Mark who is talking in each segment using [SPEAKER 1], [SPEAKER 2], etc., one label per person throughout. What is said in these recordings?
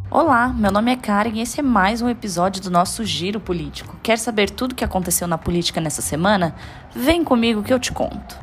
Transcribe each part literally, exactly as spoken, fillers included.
[SPEAKER 1] Olá, meu nome é Karen e esse é mais um episódio do nosso Giro Político. Quer saber tudo o que aconteceu na política nessa semana? Vem comigo que eu te conto.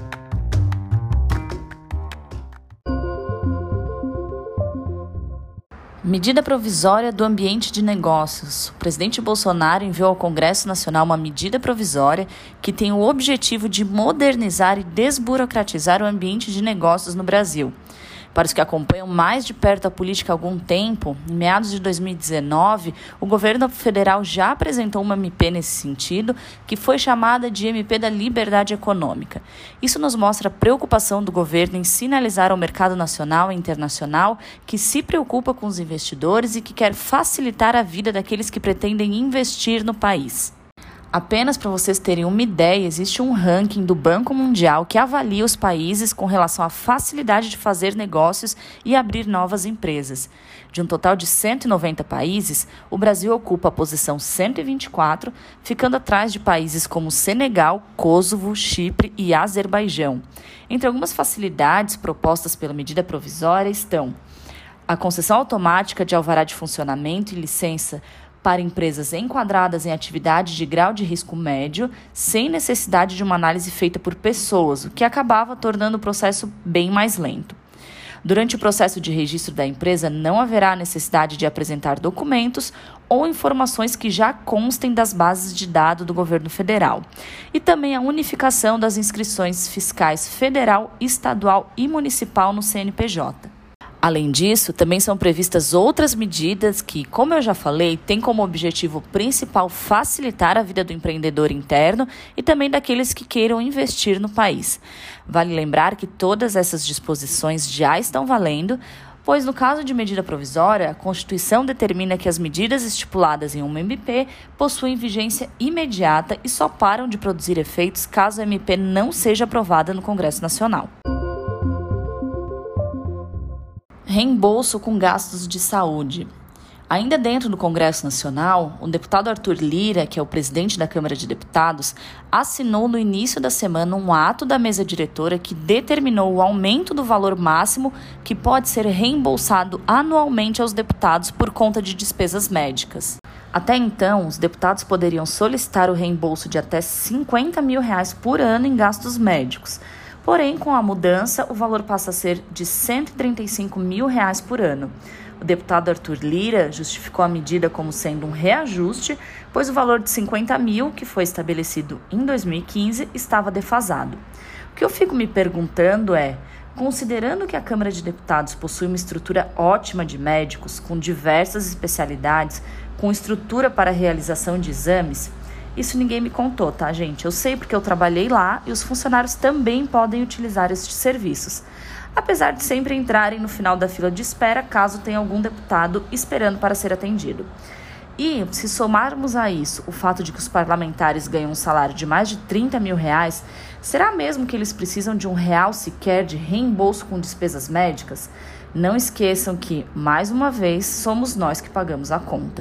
[SPEAKER 1] Medida provisória do ambiente de negócios. O presidente Bolsonaro enviou ao Congresso Nacional uma medida provisória que tem o objetivo de modernizar e desburocratizar o ambiente de negócios no Brasil. Para os que acompanham mais de perto a política há algum tempo, em meados de dois mil e dezenove, o governo federal já apresentou uma M P nesse sentido, que foi chamada de M P da Liberdade Econômica. Isso nos mostra a preocupação do governo em sinalizar ao mercado nacional e internacional que se preocupa com os investidores e que quer facilitar a vida daqueles que pretendem investir no país. Apenas para vocês terem uma ideia, existe um ranking do Banco Mundial que avalia os países com relação à facilidade de fazer negócios e abrir novas empresas. De um total de cento e noventa países, o Brasil ocupa a posição cento e vinte e quatro, ficando atrás de países como Senegal, Kosovo, Chipre e Azerbaijão. Entre algumas facilidades propostas pela medida provisória estão a concessão automática de alvará de funcionamento e licença para empresas enquadradas em atividade de grau de risco médio, sem necessidade de uma análise feita por pessoas, o que acabava tornando o processo bem mais lento. Durante o processo de registro da empresa, não haverá necessidade de apresentar documentos ou informações que já constem das bases de dados do governo federal. E também a unificação das inscrições fiscais federal, estadual e municipal no C N P J. Além disso, também são previstas outras medidas que, como eu já falei, têm como objetivo principal facilitar a vida do empreendedor interno e também daqueles que queiram investir no país. Vale lembrar que todas essas disposições já estão valendo, pois no caso de medida provisória, a Constituição determina que as medidas estipuladas em uma M P possuem vigência imediata e só param de produzir efeitos caso a M P não seja aprovada no Congresso Nacional. Reembolso com gastos de saúde. Ainda dentro do Congresso Nacional, o deputado Arthur Lira, que é o presidente da Câmara de Deputados, assinou no início da semana um ato da mesa diretora que determinou o aumento do valor máximo que pode ser reembolsado anualmente aos deputados por conta de despesas médicas. Até então, os deputados poderiam solicitar o reembolso de até cinquenta mil reais por ano em gastos médicos. Porém, com a mudança, o valor passa a ser de cento e trinta e cinco mil reais por ano. O deputado Arthur Lira justificou a medida como sendo um reajuste, pois o valor de cinquenta mil, que foi estabelecido em dois mil e quinze, estava defasado. O que eu fico me perguntando é, considerando que a Câmara de Deputados possui uma estrutura ótima de médicos, com diversas especialidades, com estrutura para a realização de exames, isso ninguém me contou, tá, gente? Eu sei porque eu trabalhei lá e os funcionários também podem utilizar estes serviços, apesar de sempre entrarem no final da fila de espera caso tenha algum deputado esperando para ser atendido. E, se somarmos a isso o fato de que os parlamentares ganham um salário de mais de trinta mil reais, será mesmo que eles precisam de um real sequer de reembolso com despesas médicas? Não esqueçam que, mais uma vez, somos nós que pagamos a conta.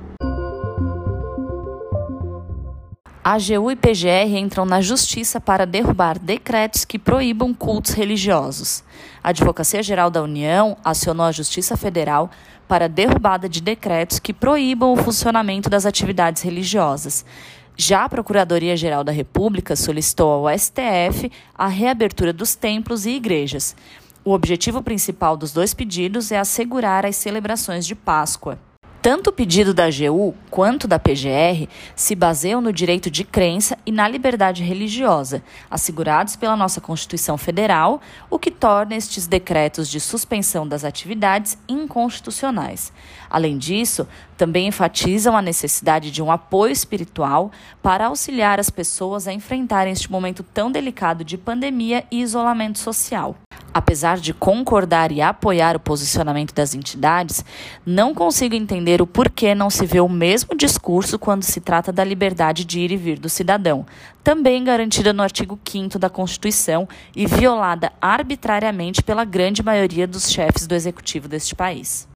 [SPEAKER 1] A AGU e P G R entram na justiça para derrubar decretos que proíbam cultos religiosos. A Advocacia Geral da União acionou a Justiça Federal para a derrubada de decretos que proíbam o funcionamento das atividades religiosas. Já a Procuradoria-Geral da República solicitou ao S T F a reabertura dos templos e igrejas. O objetivo principal dos dois pedidos é assegurar as celebrações de Páscoa. Tanto o pedido da A G U quanto da P G R se baseiam no direito de crença e na liberdade religiosa, assegurados pela nossa Constituição Federal, o que torna estes decretos de suspensão das atividades inconstitucionais. Além disso, também enfatizam a necessidade de um apoio espiritual para auxiliar as pessoas a enfrentarem este momento tão delicado de pandemia e isolamento social. Apesar de concordar e apoiar o posicionamento das entidades, não consigo entender o porquê não se vê o mesmo discurso quando se trata da liberdade de ir e vir do cidadão, também garantida no artigo quinto da Constituição e violada arbitrariamente pela grande maioria dos chefes do executivo deste país.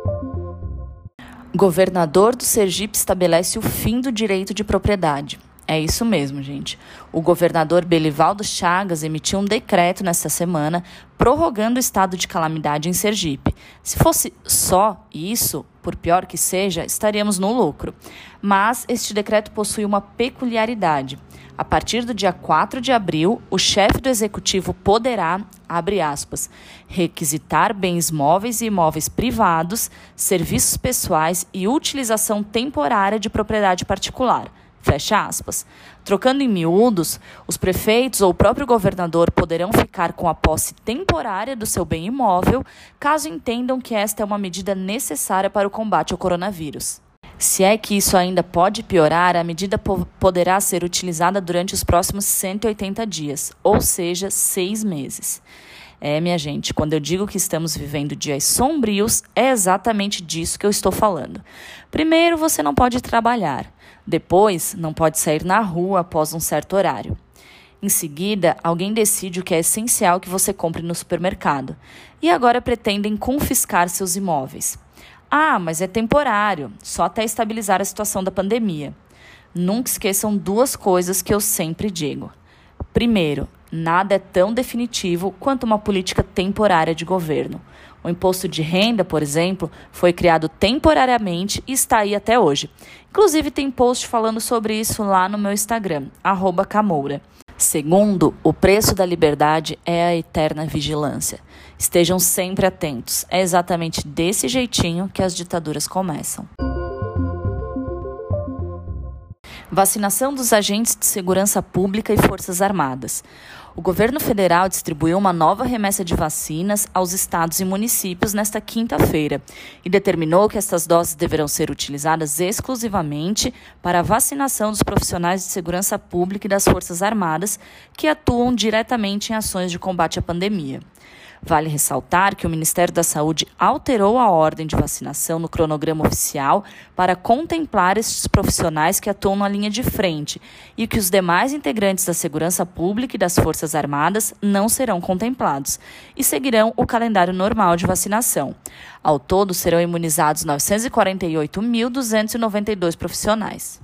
[SPEAKER 1] Governador do Sergipe estabelece o fim do direito de propriedade. É isso mesmo, gente. O governador Belivaldo Chagas emitiu um decreto nesta semana prorrogando o estado de calamidade em Sergipe. Se fosse só isso, por pior que seja, estaríamos no lucro. Mas este decreto possui uma peculiaridade. A partir do dia quatro de abril, o chefe do executivo poderá, abre aspas, requisitar bens móveis e imóveis privados, serviços pessoais e utilização temporária de propriedade particular. Fecha aspas. Trocando em miúdos, os prefeitos ou o próprio governador poderão ficar com a posse temporária do seu bem imóvel, caso entendam que esta é uma medida necessária para o combate ao coronavírus. Se é que isso ainda pode piorar, a medida po- poderá ser utilizada durante os próximos cento e oitenta dias, ou seja, seis meses. É, minha gente, quando eu digo que estamos vivendo dias sombrios, é exatamente disso que eu estou falando. Primeiro, você não pode trabalhar. Depois, não pode sair na rua após um certo horário. Em seguida, alguém decide o que é essencial que você compre no supermercado. E agora pretendem confiscar seus imóveis. Ah, mas é temporário, só até estabilizar a situação da pandemia. Nunca esqueçam duas coisas que eu sempre digo. Primeiro, nada é tão definitivo quanto uma política temporária de governo. O imposto de renda, por exemplo, foi criado temporariamente e está aí até hoje. Inclusive, tem post falando sobre isso lá no meu Instagram, arroba Camoura. Segundo, o preço da liberdade é a eterna vigilância. Estejam sempre atentos. É exatamente desse jeitinho que as ditaduras começam. Vacinação dos agentes de segurança pública e forças armadas. O governo federal distribuiu uma nova remessa de vacinas aos estados e municípios nesta quinta-feira e determinou que estas doses deverão ser utilizadas exclusivamente para a vacinação dos profissionais de segurança pública e das forças armadas que atuam diretamente em ações de combate à pandemia. Vale ressaltar que o Ministério da Saúde alterou a ordem de vacinação no cronograma oficial para contemplar estes profissionais que atuam na linha de frente e que os demais integrantes da segurança pública e das Forças Armadas não serão contemplados e seguirão o calendário normal de vacinação. Ao todo, serão imunizados novecentos e quarenta e oito mil duzentos e noventa e dois profissionais.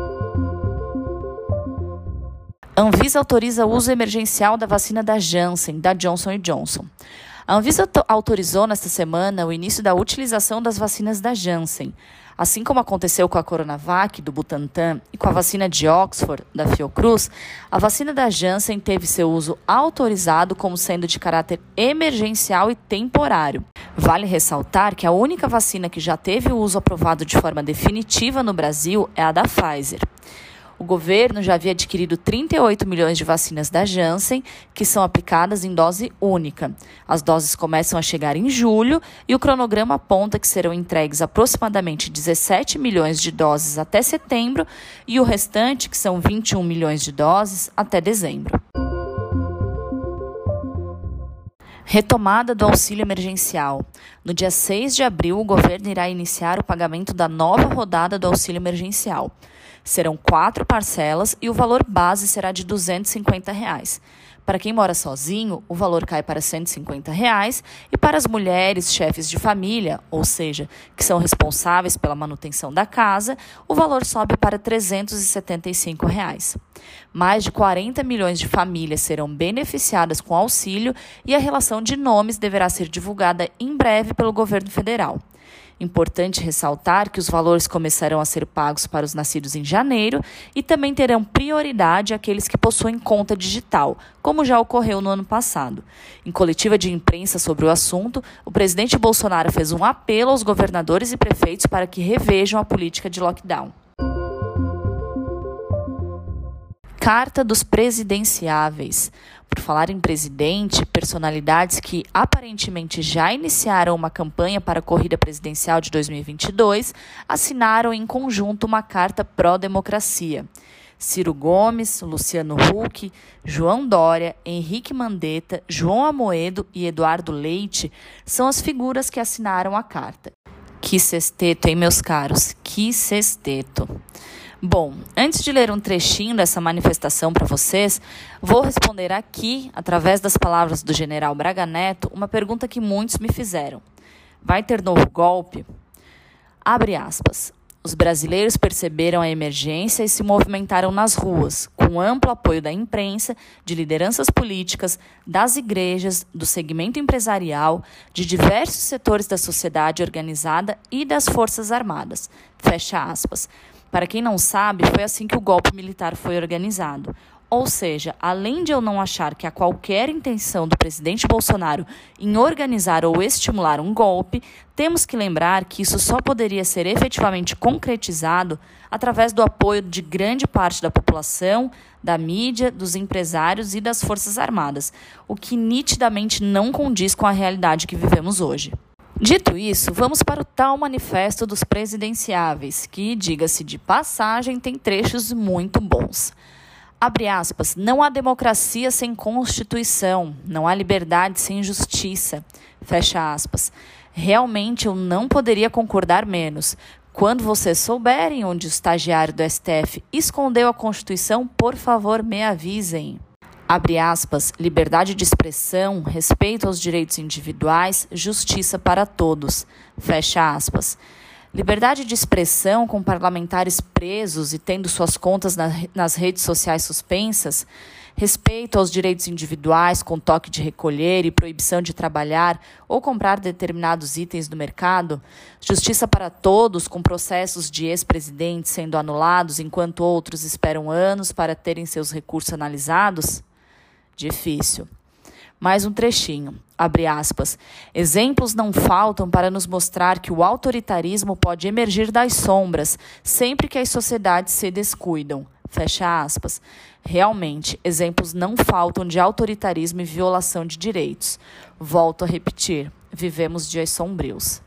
[SPEAKER 1] Anvisa autoriza o uso emergencial da vacina da Janssen, da Johnson e Johnson. A Anvisa autorizou nesta semana o início da utilização das vacinas da Janssen. Assim como aconteceu com a Coronavac, do Butantan, e com a vacina de Oxford, da Fiocruz, a vacina da Janssen teve seu uso autorizado como sendo de caráter emergencial e temporário. Vale ressaltar que a única vacina que já teve o uso aprovado de forma definitiva no Brasil é a da Pfizer. O governo já havia adquirido trinta e oito milhões de vacinas da Janssen, que são aplicadas em dose única. As doses começam a chegar em julho e o cronograma aponta que serão entregues aproximadamente dezessete milhões de doses até setembro e o restante, que são vinte e um milhões de doses, até dezembro. Retomada do auxílio emergencial. No dia seis de abril, o governo irá iniciar o pagamento da nova rodada do auxílio emergencial. Serão quatro parcelas e o valor base será de duzentos e cinquenta reais. Para quem mora sozinho, o valor cai para cento e cinquenta reais e para as mulheres, chefes de família, ou seja, que são responsáveis pela manutenção da casa, o valor sobe para trezentos e setenta e cinco reais. Mais de quarenta milhões de famílias serão beneficiadas com o auxílio e a relação de nomes deverá ser divulgada em breve pelo governo federal. Importante ressaltar que os valores começarão a ser pagos para os nascidos em janeiro e também terão prioridade aqueles que possuem conta digital, como já ocorreu no ano passado. Em coletiva de imprensa sobre o assunto, o presidente Bolsonaro fez um apelo aos governadores e prefeitos para que revejam a política de lockdown. Carta dos presidenciáveis. Por falar em presidente, personalidades que aparentemente já iniciaram uma campanha para a corrida presidencial de dois mil e vinte e dois assinaram em conjunto uma carta pró-democracia. Ciro Gomes, Luciano Huck, João Dória, Henrique Mandetta, João Amoedo e Eduardo Leite são as figuras que assinaram a carta. Que sexteto, hein, meus caros? Que sexteto! Bom, antes de ler um trechinho dessa manifestação para vocês, vou responder aqui, através das palavras do general Braga Neto, uma pergunta que muitos me fizeram. Vai ter novo golpe? Abre aspas. Os brasileiros perceberam a emergência e se movimentaram nas ruas, com amplo apoio da imprensa, de lideranças políticas, das igrejas, do segmento empresarial, de diversos setores da sociedade organizada e das Forças Armadas. Fecha aspas. Para quem não sabe, foi assim que o golpe militar foi organizado. Ou seja, além de eu não achar que há qualquer intenção do presidente Bolsonaro em organizar ou estimular um golpe, temos que lembrar que isso só poderia ser efetivamente concretizado através do apoio de grande parte da população, da mídia, dos empresários e das Forças Armadas, o que nitidamente não condiz com a realidade que vivemos hoje. Dito isso, vamos para o tal manifesto dos presidenciáveis, que, diga-se de passagem, tem trechos muito bons. Abre aspas, não há democracia sem Constituição, não há liberdade sem justiça. Fecha aspas. Realmente eu não poderia concordar menos. Quando vocês souberem onde o estagiário do S T F escondeu a Constituição, por favor, me avisem. Abre aspas, liberdade de expressão, respeito aos direitos individuais, justiça para todos. Fecha aspas. Liberdade de expressão com parlamentares presos e tendo suas contas na, nas redes sociais suspensas, respeito aos direitos individuais com toque de recolher e proibição de trabalhar ou comprar determinados itens do mercado, justiça para todos com processos de ex-presidentes sendo anulados enquanto outros esperam anos para terem seus recursos analisados? Difícil. Mais um trechinho, abre aspas, exemplos não faltam para nos mostrar que o autoritarismo pode emergir das sombras, sempre que as sociedades se descuidam, fecha aspas. Realmente, exemplos não faltam de autoritarismo e violação de direitos. Volto a repetir, vivemos dias sombrios.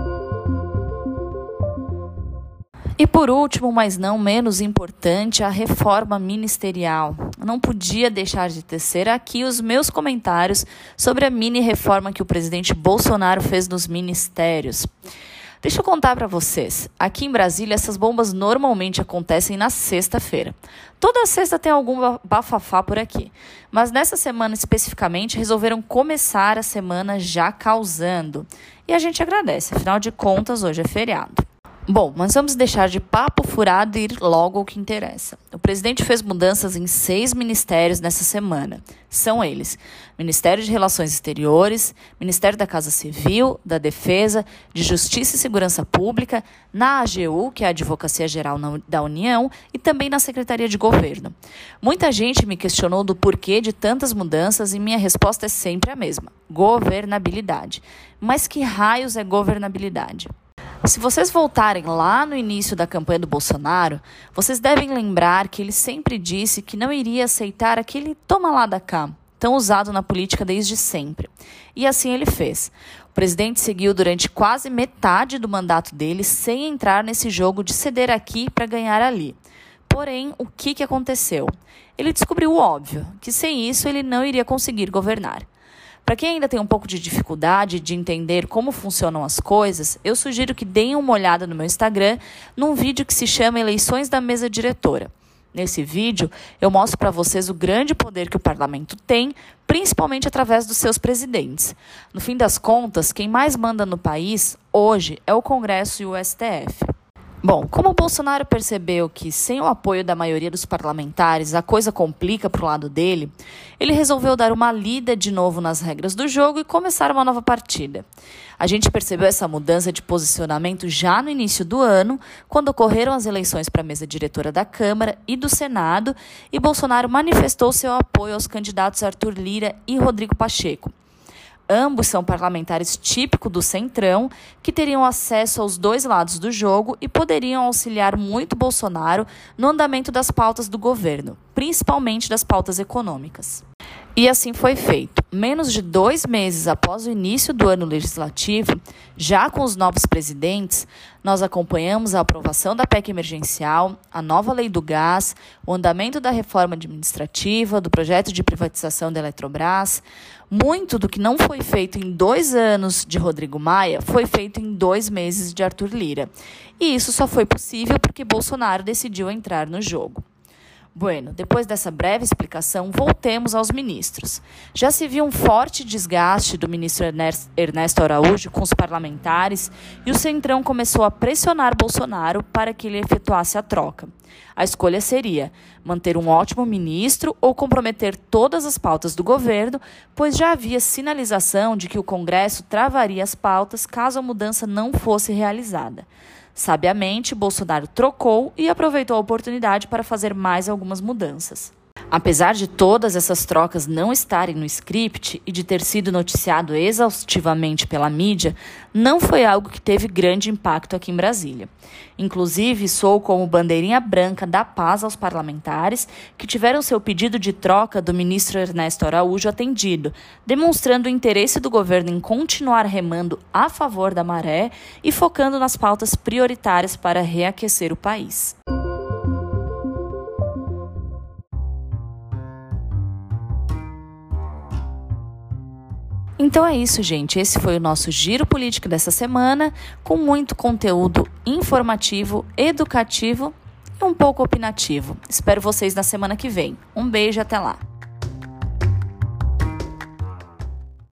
[SPEAKER 1] E por último, mas não menos importante, a reforma ministerial. Eu não podia deixar de tecer aqui os meus comentários sobre a mini-reforma que o presidente Bolsonaro fez nos ministérios. Deixa eu contar para vocês. Aqui em Brasília, essas bombas normalmente acontecem na sexta-feira. Toda sexta tem algum bafafá por aqui. Mas nessa semana especificamente, resolveram começar a semana já causando. E a gente agradece, afinal de contas, hoje é feriado. Bom, mas vamos deixar de papo furado e ir logo ao que interessa. O presidente fez mudanças em seis ministérios nessa semana. São eles: Ministério de Relações Exteriores, Ministério da Casa Civil, da Defesa, de Justiça e Segurança Pública, na A G U, que é a Advocacia Geral da União, e também na Secretaria de Governo. Muita gente me questionou do porquê de tantas mudanças e minha resposta é sempre a mesma: governabilidade. Mas que raios é governabilidade? Se vocês voltarem lá no início da campanha do Bolsonaro, vocês devem lembrar que ele sempre disse que não iria aceitar aquele toma lá da cá, tão usado na política desde sempre. E assim ele fez. O presidente seguiu durante quase metade do mandato dele sem entrar nesse jogo de ceder aqui para ganhar ali. Porém, o que, que aconteceu? Ele descobriu o óbvio, que sem isso ele não iria conseguir governar. Para quem ainda tem um pouco de dificuldade de entender como funcionam as coisas, eu sugiro que deem uma olhada no meu Instagram num vídeo que se chama Eleições da Mesa Diretora. Nesse vídeo, eu mostro para vocês o grande poder que o parlamento tem, principalmente através dos seus presidentes. No fim das contas, quem mais manda no país, hoje, é o Congresso e o S T F. Bom, como o Bolsonaro percebeu que sem o apoio da maioria dos parlamentares a coisa complica para o lado dele, ele resolveu dar uma lida de novo nas regras do jogo e começar uma nova partida. A gente percebeu essa mudança de posicionamento já no início do ano, quando ocorreram as eleições para a mesa diretora da Câmara e do Senado, e Bolsonaro manifestou seu apoio aos candidatos Arthur Lira e Rodrigo Pacheco. Ambos são parlamentares típicos do Centrão, que teriam acesso aos dois lados do jogo e poderiam auxiliar muito Bolsonaro no andamento das pautas do governo, principalmente das pautas econômicas. E assim foi feito. Menos de dois meses após o início do ano legislativo, já com os novos presidentes, nós acompanhamos a aprovação da P E C emergencial, a nova lei do gás, o andamento da reforma administrativa, do projeto de privatização da Eletrobras. Muito do que não foi feito em dois anos de Rodrigo Maia foi feito em dois meses de Arthur Lira. E isso só foi possível porque Bolsonaro decidiu entrar no jogo. Bueno, depois dessa breve explicação, voltemos aos ministros. Já se viu um forte desgaste do ministro Ernesto Araújo com os parlamentares e o Centrão começou a pressionar Bolsonaro para que ele efetuasse a troca. A escolha seria manter um ótimo ministro ou comprometer todas as pautas do governo, pois já havia sinalização de que o Congresso travaria as pautas caso a mudança não fosse realizada. Sabiamente, Bolsonaro trocou e aproveitou a oportunidade para fazer mais algumas mudanças. Apesar de todas essas trocas não estarem no script e de ter sido noticiado exaustivamente pela mídia, não foi algo que teve grande impacto aqui em Brasília. Inclusive, soou como bandeirinha branca da paz aos parlamentares que tiveram seu pedido de troca do ministro Ernesto Araújo atendido, demonstrando o interesse do governo em continuar remando a favor da maré e focando nas pautas prioritárias para reaquecer o país. Então é isso, gente. Esse foi o nosso Giro Político dessa semana, com muito conteúdo informativo, educativo e um pouco opinativo. Espero vocês na semana que vem. Um beijo e até lá!